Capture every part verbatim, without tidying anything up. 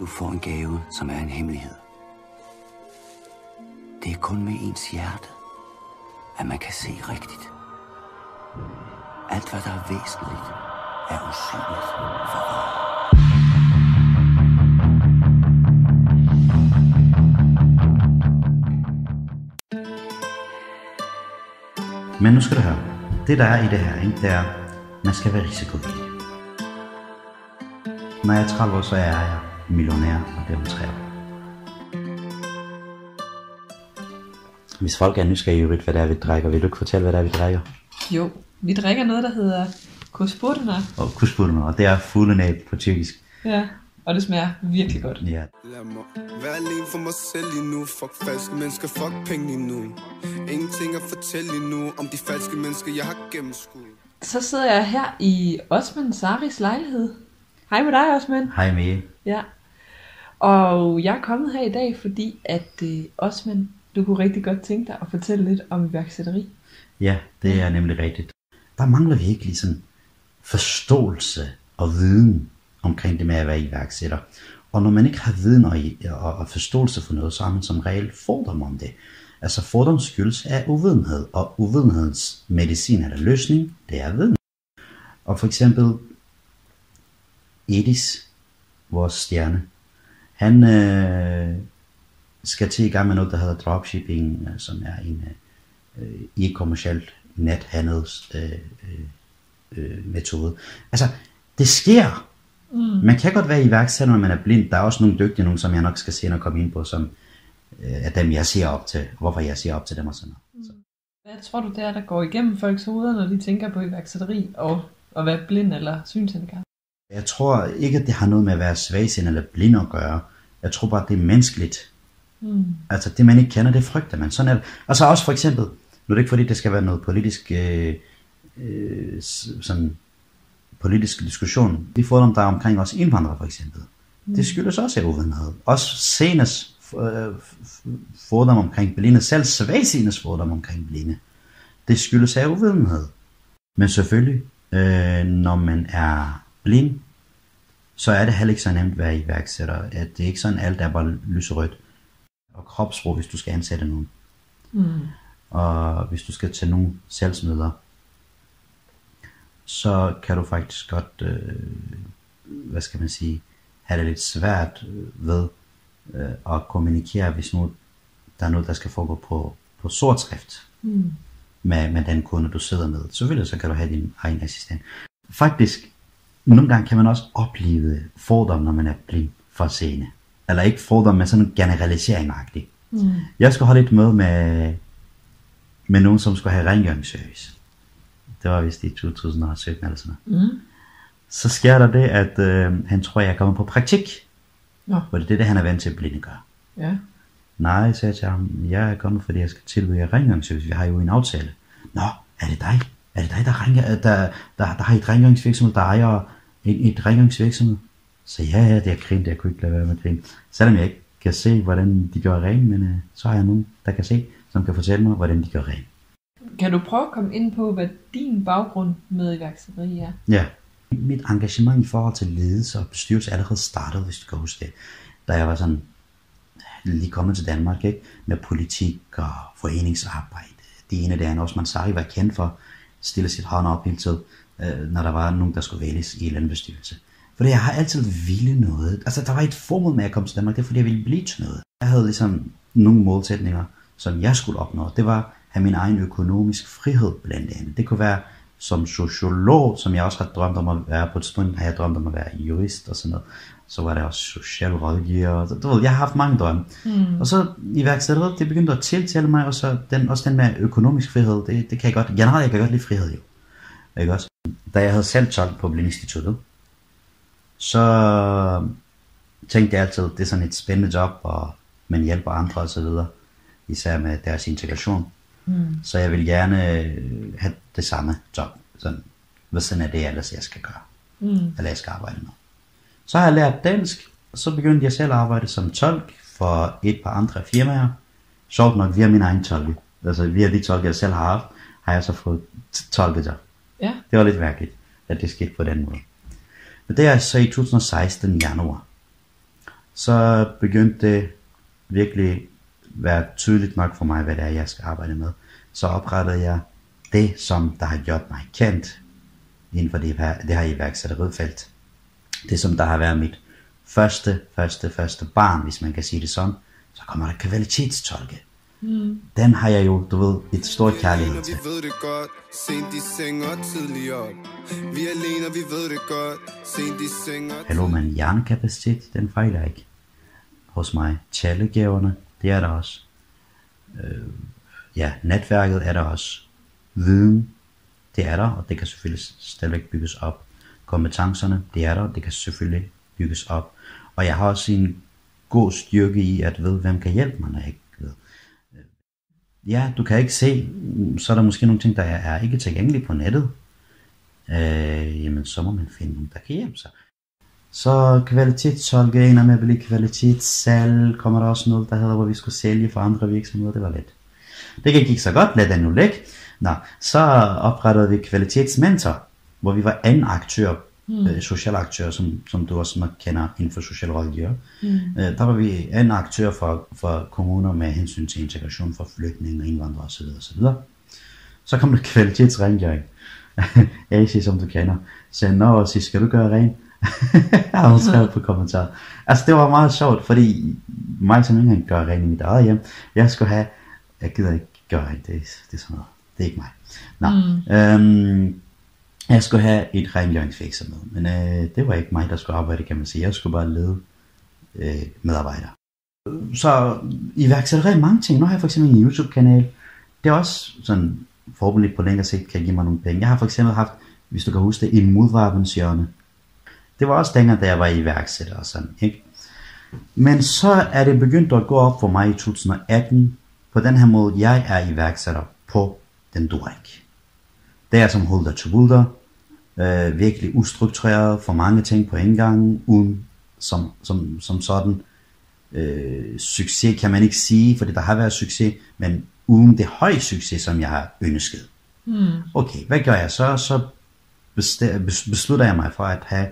Du får en gave, som er en hemmelighed. Det er kun med ens hjerte, at man kan se rigtigt. Alt, hvad der er væsentligt, er usynligt for øjet. Men nu skal du høre. Det der er i det her, ikke, det er, man skal være risikovillig. Når jeg er tredive år, så er jeg millionær, og det er om tre år. Hvis folk er nysgerrige, hvad det er, vi drikker, vil du ikke fortælle, hvad det er, vi drikker? Jo, vi drikker noget, der hedder Kuzburna. Og Kuzburna, og det er fuglenæb på tyrkisk. Ja, og det smager virkelig godt. Ja. Lad mig være alene for mig selv lige nu. Fuck falske mennesker, fuck penge lige nu. Ingenting at fortælle lige nu om de falske mennesker, jeg har gennemskuet. Så sidder jeg her i Osman Saris lejlighed. Hej med dig, Osman. Hej med. Ja. Og jeg er kommet her i dag, fordi at øh, Osman, du kunne rigtig godt tænke dig at fortælle lidt om iværksætteri. Ja, det er nemlig rigtigt. Der mangler virkelig sådan forståelse og viden omkring det med at være iværksætter. Og når man ikke har viden og, og, og forståelse for noget, så har man som regel fordom om det. Altså fordom skyldes af uvidenhed, og uvidenhedens medicin eller løsning, det er viden. Og for eksempel Edis, vores stjerne, han øh, skal til i gang med noget, der hedder dropshipping, øh, som er en øh, e-kommercielt nethandels øh, øh, metode. Altså, det sker. Mm. Man kan godt være iværksætter, når man er blind. Der er også nogle dygtige, nogle, som jeg nok skal se og komme ind på, som øh, er dem, jeg ser op til. Hvorfor jeg ser op til dem og sådan noget. Så. Hvad tror du, det er, der går igennem folks hoveder, når de tænker på iværksætteri og at være blind eller synshandicap? Jeg tror ikke, at det har noget med at være svagsind eller blind at gøre. Jeg tror bare, at det er menneskeligt. Mm. Altså det, man ikke kender, det frygter man. Sådan er det. Og så også for eksempel, nu er det ikke fordi, det skal være noget politisk, øh, øh, sådan politisk diskussion. De fordomme, der er omkring os indvandrere for eksempel. Mm. Det skyldes også af uvidenhed. Også senest øh, fordomme omkring blinde, selv svagsindes fordomme omkring blinde. Det skyldes af uvidenhed. Men selvfølgelig, øh, når man er blind, så er det heller ikke så nemt at være iværksætter. At det er ikke sådan, alt er bare lyserødt. Og kropssprog, hvis du skal ansætte nogen. Mm. Og hvis du skal tage nogle salgsmøder, så kan du faktisk godt, øh, hvad skal man sige, have det lidt svært ved øh, at kommunikere, hvis nu der er noget, der skal foregå på, på sort skrift mm. med, med den kunde, du sidder med. Selvfølgelig så kan du have din egen assistent. Faktisk, nogle gange kan man også opleve fordom, når man er blind for scene. Eller ikke fordom, men sådan en generalisering-agtig. Mm. Jeg skulle holde et møde med, med nogen, som skulle have rengøringsservice. Det var vist i to tusind og sytten eller sådan noget. Mm. Så sker der det, at øh, han tror, jeg er kommet på praktik. Ja. For det er det, han er vant til at blinde gøre. Ja. Nej, sagde jeg til ham, jeg er kommet, fordi jeg skal tilbyde jer rengøringsservice. Vi har jo en aftale. Nå, er det dig? Er det dig, der, ringer, der, der, der, der har et rengøringsvirksomhed, der ejer et, et rengøringsvirksomhed? Så ja, ja, det er grint, jeg kunne ikke lade være med at grine. Selvom jeg ikke kan se, hvordan de gør ren, men øh, så har jeg nogen, der kan se, som kan fortælle mig, hvordan de gør ren. Kan du prøve at komme ind på, hvad din baggrund med iværksætteri er? Ja, mit engagement i forhold til ledelse og bestyrelse allerede startede, hvis du kan huske det, da jeg var sådan lige kommet til Danmark, ikke? Med politik og foreningsarbejde. Det ene, det er Osman Sari var kendt for, stille sit hånd op hele tiden, øh, når der var nogen, der skulle vælges i landbestyrelse. Fordi jeg har altid ville noget. Altså, der var et formål med at komme til Danmark, det er fordi, jeg ville blive til noget. Jeg havde ligesom nogle målsætninger, som jeg skulle opnå. Det var at have min egen økonomisk frihed blandt andet. Det kunne være som sociolog, som jeg også har drømt om at være på et stund, har jeg drømt om at være jurist og sådan noget. Så var der også social rådgiver. Du ved, jeg har haft mange drømme. Mm. Og så iværksætteri, det begyndte at tiltale mig, og så den, også den med økonomisk frihed, det, det kan jeg godt, generelt jeg kan godt lide frihed jo. Ikke også? Da jeg havde selv tolk på Blindinstituttet, så tænkte jeg altid, det er sådan et spændende job, og man hjælper andre og så videre, især med deres integration. Mm. Så jeg vil gerne have det samme job, sådan, hvad sådan er det ellers jeg skal gøre, mm. eller jeg skal arbejde med. Så har jeg lært dansk, og så begyndte jeg selv at arbejde som tolk for et par andre firmaer. Sjovt nok via min egen tolke, altså via de tolke jeg selv har haft, har jeg så fået tolkejob. Ja. Det var lidt mærkeligt, at det skete på den måde. Men det er så i to tusind og seksten januar, så begyndte det virkelig være tydeligt nok for mig, hvad det er, jeg skal arbejde med. Så oprettede jeg det, som der har gjort mig kendt inden for det her, det her iværksætterifelt. Det, som der har været mit første, første, første barn, hvis man kan sige det sådan. Så kommer der kvalitetstolke. Mm. Den har jeg jo, du ved, et stort kærlighed til. Vi ved det godt, sent de sænger tidligere op. Vi er alene, vi ved det godt, sent de sænger. Hallo, men hjernekapacitet, den fejler ikke. Hos mig, tallegaverne, det er der også. Øh, ja, netværket er der også. Viden, det er der, og det kan selvfølgelig stadigvæk bygges op. Kompetencerne, det er der, det kan selvfølgelig bygges op. Og jeg har også en god styrke i at vide, hvem kan hjælpe mig, når jeg ikke ved. Ja, du kan ikke se, så er der måske nogle ting, der er ikke tilgængelige på nettet. Øh, jamen, så må man finde nogen, der kan hjælpe sig. Så kvalitetstolke, en af med at blive kvalitetssalg, kommer der også noget, der hedder, hvor vi skulle sælge for andre virksomheder, det var let. Det gik ikke så godt, lad den nu ligge. Nå, så oprettede vi kvalitetsmentor, hvor vi var anden aktør, mm. øh, social aktør, som, som du også nok kender inden for social rådgiver. Mm. Øh, der var vi anden aktør for, for kommuner med hensyn til integration for flygtninge, indvandrere osv. osv. Så kom der kvalitetsrengøring. A C, som du kender, sagde, nå, og skal du gøre rent? Jeg har skrevet på kommentarer. Altså det var meget sjovt, fordi mig som ikke engang gør rent i mit eget hjem, jeg skulle have, jeg gider ikke gøre rent, det, det er sådan noget, det er ikke mig. Nå, mm. øhm, jeg skulle have et rengøringsvirksomhed, men øh, det var ikke mig, der skulle arbejde, kan man sige. Jeg skulle bare lede øh, medarbejdere. Så iværksætteri mange ting. Nu har jeg for eksempel en YouTube-kanal. Det er også sådan, forhåbentlig på længere sigt kan give mig nogle penge. Jeg har for eksempel haft, hvis du kan huske det, en modvarpenshjørne. Det var også dengang, da jeg var iværksætter og sådan, ikke? Men så er det begyndt at gå op for mig i to tusind atten. På den her måde, jeg er iværksætter på den dur ikke. Det er som holder to bulder, øh, virkelig ustruktureret, for mange ting på en gang, uden som, som, som sådan øh, succes kan man ikke sige, fordi der har været succes, men uden det høje succes, som jeg har ønsket. Mm. Okay, hvad gør jeg så? Så beslutter jeg mig for at have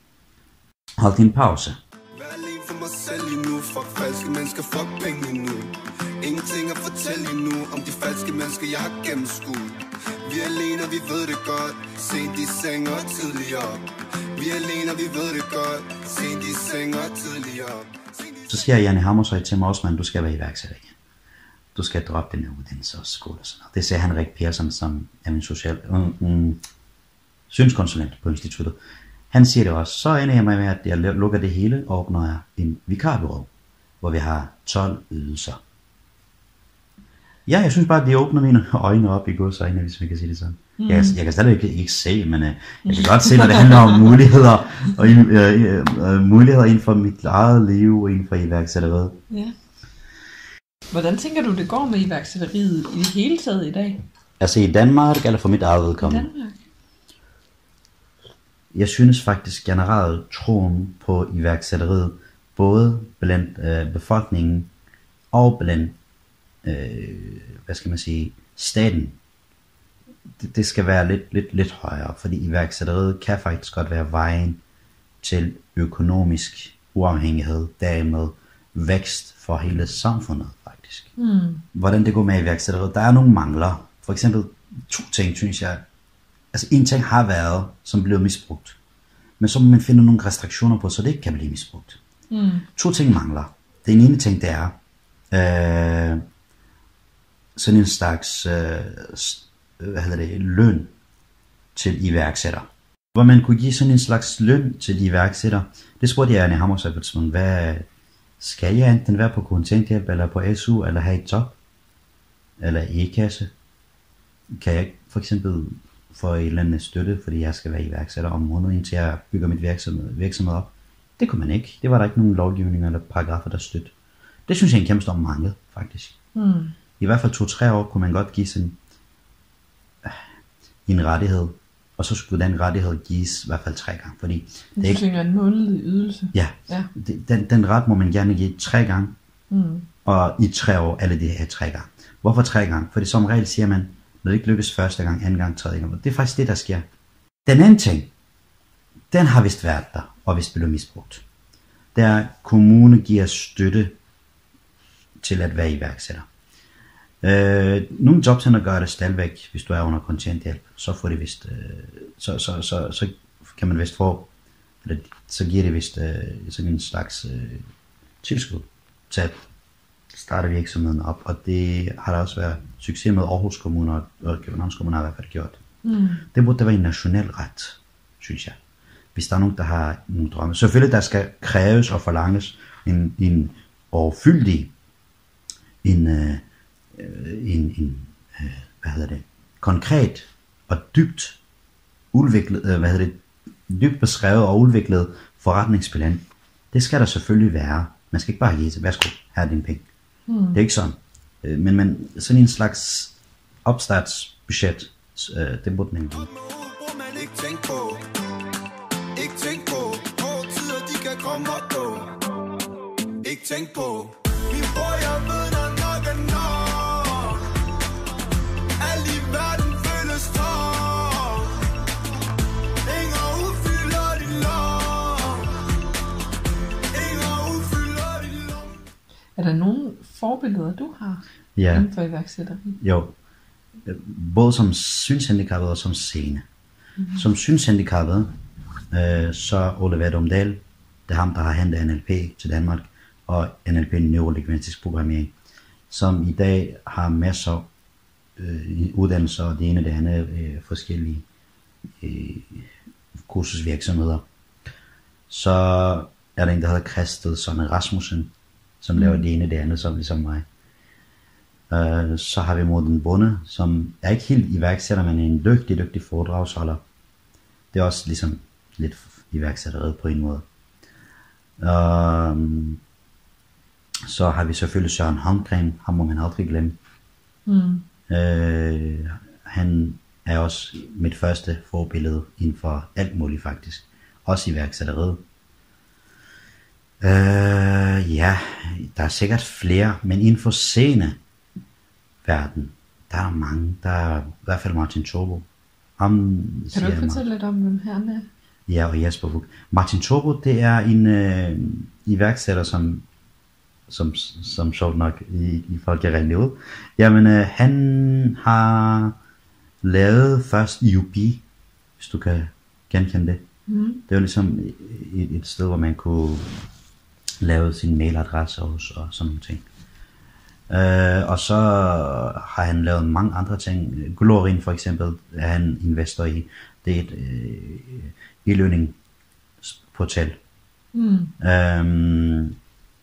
holdt en pause. Vær alene for mig selv lige nu, fuck falske mennesker, fuck penge lige nu. Ingenting at fortælle lige nu om de falske mennesker, jeg har gennemskuet. Vi er alene, og vi ved det godt, sent de sænger tidligere op. Vi er alene, og vi ved det godt, sent de sænger tidligere op. Så siger Janne Hammersøj til mig også, man, du skal være iværksætter igen. Du skal droppe den her uddannelse og skole og sådan noget. Det siger han Rik Persson, som er min social, um, um, synskonsulent på instituttet. Han siger det også. Så ender jeg med, at jeg lukker det hele og åbner jeg en vikarbureau, hvor vi har tolv ydelser. Ja, jeg synes bare, at de åbner mine øjne op i godsøjne, hvis man kan sige det sådan. Mm. Jeg, jeg kan stadig ikke, ikke se, men uh, jeg kan godt se, når det handler om muligheder, og uh, uh, uh, muligheder inden for mit eget liv og inden for iværksætteriet. Ja. Hvordan tænker du, det går med iværksætteriet i det hele taget i dag? Altså i Danmark, eller for mit eget vedkommende? I Danmark. Jeg synes faktisk generelt troen på iværksætteriet, både blandt øh, befolkningen og blandt, øh, hvad skal man sige, staten, det, det skal være lidt, lidt, lidt højere, fordi iværksætteriet kan faktisk godt være vejen til økonomisk uafhængighed, dermed vækst for hele samfundet faktisk. Mm. Hvordan det går med iværksætteriet, der er nogle mangler. For eksempel to ting, synes jeg. Altså en ting har været, som blev misbrugt. Men så må man finde nogle restriktioner på, så det ikke kan blive misbrugt. Mm. To ting mangler. Den ene ting, det er øh, sådan en slags øh, hvad hedder det, løn til iværksætter. Hvor man kunne give sådan en slags løn til iværksætter. Det spurgte jeg Anne Hammersøj på, hvad skal jeg enten være på kontanthjælp, eller på S U, eller have et job, eller e-kasse? Kan jeg for eksempel få et eller andet støtte, fordi jeg skal være iværksætter om måneden, indtil jeg bygger mit virksomhed, virksomhed op? Det kunne man ikke. Det var der ikke nogen lovgivning eller paragrafer, der støtte. Det synes jeg er en kæmpe stor mangel, faktisk. Mm. I hvert fald to-tre år kunne man godt give sådan øh, en rettighed, og så skulle den rettighed gives i hvert fald tre gange. Fordi det er ikke en månedlig ydelse. Ja, ja. Det, den, den ret må man gerne give tre gange, mm. og i tre år alle de her tre gange. Hvorfor tre gange? Fordi som regel siger man, når det ikke lykkes første gang, anden gang, tredje gang. Det er faktisk det, der sker. Den anden ting, den har vist været der, og vist blevet misbrugt. det er, at kommunen giver støtte til at være iværksætter. Øh, nogle jobcenter gør det stadigvæk, hvis du er under kontanthjælp, så får det vist, øh, så, så, så, så kan man vist få, eller så giver det vist øh, sådan en slags øh, tilskud til at starte virksomheden op, og det har der også været succes med Aarhus Kommune og Københavns Kommune har i hvert fald gjort. Mm. Det burde være en national ret, synes jeg. Hvis der er nogen, der har nogle drømme. Selvfølgelig, der skal kræves og forlanges en, en overfyldig, en, øh, en, en øh, hvad hedder det, konkret og dybt udviklet, øh, hvad hedder det, dybt beskrevet og udviklet forretningsplan. Det skal der selvfølgelig være. Man skal ikke bare give til, værsgo, her er dine penge. Mm. Det er ikke sådan. Øh, men man, sådan en slags opstartsbudget, øh, det burde man give. Ikke tænk på, ikke tænk på, hårde tider de kan komme og gå. Ikke tænk på, min bror jeg ved der nok er nok. Alt i verden føles tom. Ingen udfylder din lov. Ingen udfylder din lov. Er der nogle forbilleder du har Ja. inden for iværksætteri? Jo, både som synshandicappet og som seende. Mm-hmm. Som synshandicappet, øh, så Ole Vadumdal, det er ham, der har hentet N L P til Danmark, og N L P neurolingvistisk programmering, som i dag har masser øh, uddannelser, og det ene og det andet øh, forskellige øh, kursusvirksomheder. Så er der en, der hedder Christel Sonne Rasmussen, som mm. laver det ene og det andet, som ligesom mig. Uh, så har vi Morten Bonde, som er ikke helt iværksætter, men en dygtig, dygtig foredragsholder. Det er også ligesom lidt iværksætteri på en måde. Uh, så har vi selvfølgelig Søren Holmgren, ham må man aldrig glemme. Mm. Uh, han er også mit første forbillede inden for alt muligt faktisk. Også iværksætteriet. Uh, ja, der er sikkert flere, men inden for scene verden, der er mange, der er i hvert fald Martin Torbo. Ham, kan du ikke fortælle lidt om, hvem han er? Ja, og Jesper Vuk. Martin Torbo, det er en øh, iværksætter, som, som, som sjovt nok i, i folk kan regne ud. Jamen, øh, han har lavet først I U B, hvis du kan genkende det. Mm. Det var ligesom et, et sted, hvor man kunne lave sin mailadresse og, og sådan nogle ting. Uh, og så har han lavet mange andre ting. Glorin for eksempel er han investor i. Det er et uh, e-learning-portal. Mm. Um,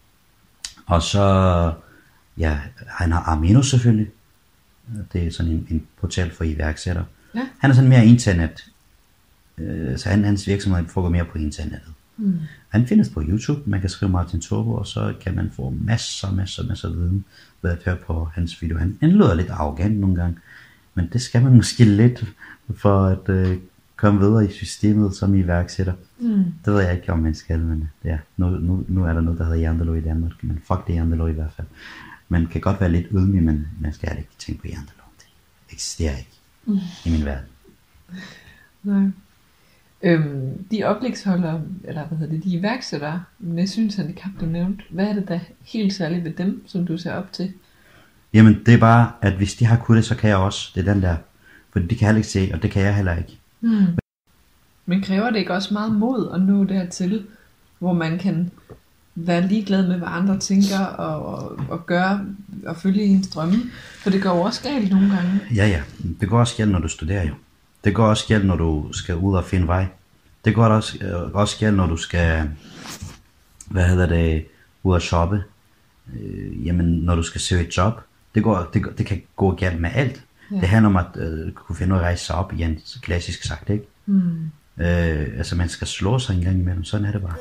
og så ja, han har Amino selvfølgelig. Det er sådan en, en portal for iværksætter. Ja. Han er sådan mere internet. Uh, så han, hans virksomhed foregår mere på internettet. Mm. Han findes på YouTube. Man kan skrive Martin Torbo, og så kan man få masser, masser, masser af viden ved at høre på hans video. Han, han lyder lidt arrogant nogle gange, men det skal man måske lidt for at øh, komme videre i systemet som iværksætter. Mm. Det ved jeg ikke, om man skal, men ja, nu, nu, nu er der noget, der hedder Jantelov i Danmark, men fuck det Jantelov i hvert fald. Man kan godt være lidt ydmyg, men man skal ikke tænke på Jantelov. Det eksisterer ikke mm. i min verden. Nej. Øhm, de oplægsholdere, eller hvad hedder det, de iværksættere med synshandicap, du nævnte, hvad er det der helt særligt ved dem, som du ser op til? Jamen det er bare, at hvis de har kunnet det, så kan jeg også. Det er den der, for de kan heller ikke se, og det kan jeg heller ikke. Hmm. Men kræver det ikke også meget mod at nå dertil, hvor man kan være ligeglad med, hvad andre tænker, og, og, og gøre, og følge ens drømme? For det går jo også galt nogle gange. Ja, ja. Det går også galt, når du studerer jo. Det går også galt, når du skal ud og finde vej. Det går også, øh, også galt, når du skal, hvad hedder det, ud og shoppe. Øh, jamen, når du skal søge et job. Det, går, det, det kan gå galt med alt. Ja. Det handler om at øh, kunne finde ud af at rejse sig op igen, klassisk sagt, ikke? Mm. Øh, altså, man skal slå sig en gang imellem. Sådan er det bare.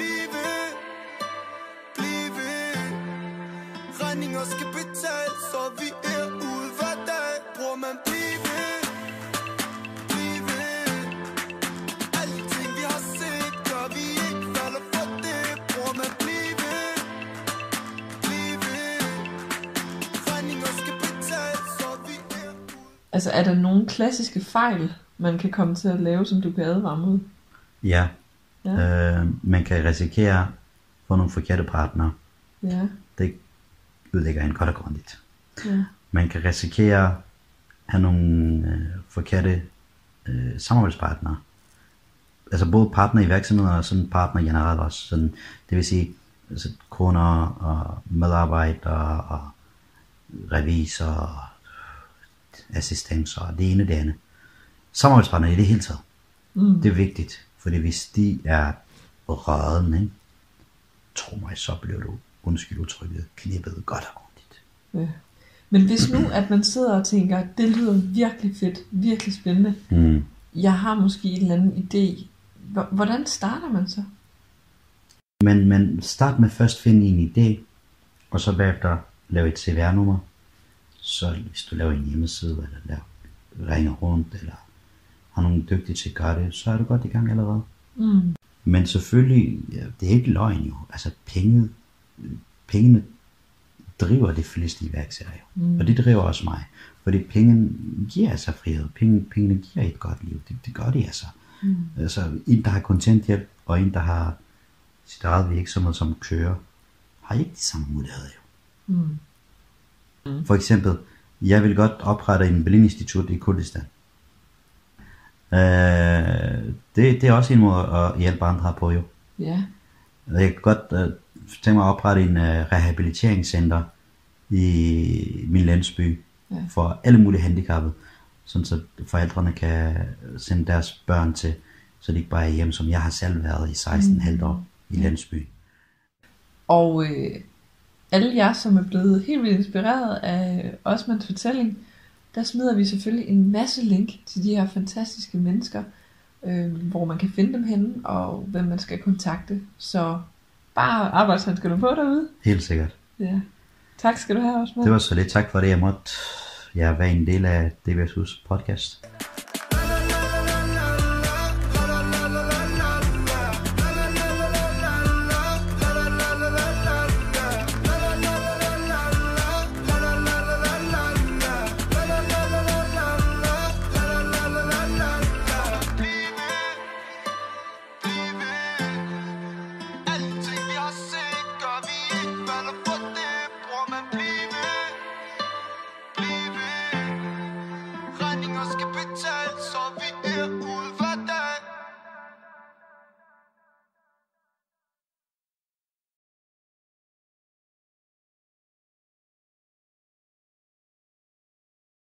Regninger skal betales, så vi er ude hver dag. Bror man blive ved, blive ved. Alle de ting vi har set, gør vi ikke falder for det. Bror man blive ved, blive ved. Regninger skal betales, så vi er ude. Altså er der nogle klassiske fejl, man kan komme til at lave, som du kan advare mod? Ja, ja. Øh, man kan risikere får nogle forkerte partnere. Ja. Det ødelægger en godt og grundigt. Ja. Man kan risikere at have nogle øh, forkerte øh, samarbejdspartnere. Altså både partner i virksomheder og sådan partner generelt også. Sådan, det vil sige altså, kunder og medarbejdere og revisorer, assistenter og det ene og det andet. Samarbejdspartnere i det hele taget. Mm. Det er vigtigt, fordi hvis de er rødne, tro mig, så bliver du, undskyld udtrykket, knippet godt og grundigt. Ja. Men hvis nu, at man sidder og tænker, det lyder virkelig fedt, virkelig spændende, Mm. jeg har måske en eller anden idé, hvordan starter man så? Men, men start med først finde en idé, og så bagefter lave et C V R-nummer. Så hvis du laver en hjemmeside, eller laver, ringer rundt, eller har nogen dygtige til at gøre det, så er du godt i gang allerede. Mm. Men selvfølgelig, ja, det er ikke løgn jo. Altså penge, pengene driver de fleste iværksættere jo. Mm. Og det driver også mig. Fordi penge giver altså frihed. Penge, pengene giver et godt liv. Det, det gør de altså. Mm. Altså en, der har kontanthjælp, og en, der har sit eget virksomhed som kører, har ikke de samme muligheder jo. Mm. Mm. For eksempel, jeg vil godt oprette en Berlin-institut i Kurdistan. Uh, det, det er også en måde at hjælpe andre på jo. Ja. Jeg kan godt uh, tænke mig at oprette en uh, rehabiliteringscenter i min landsby, ja, for alle mulige handicappede, sådan så forældrene kan sende deres børn til, så de ikke bare er hjemme, som jeg har selv været i seksten komma fem mm. år i landsby. Og øh, alle jer, som er blevet helt vildt inspireret af Osmans fortælling, der smider vi selvfølgelig en masse link til de her fantastiske mennesker, øh, hvor man kan finde dem henne, og hvem man skal kontakte. Så bare arbejdshandsker du på derude. Helt sikkert. Ja. Tak skal du have, Osman. Det var så lidt. Tak for det, jeg måtte ja, være en del af D B S Hus podcast.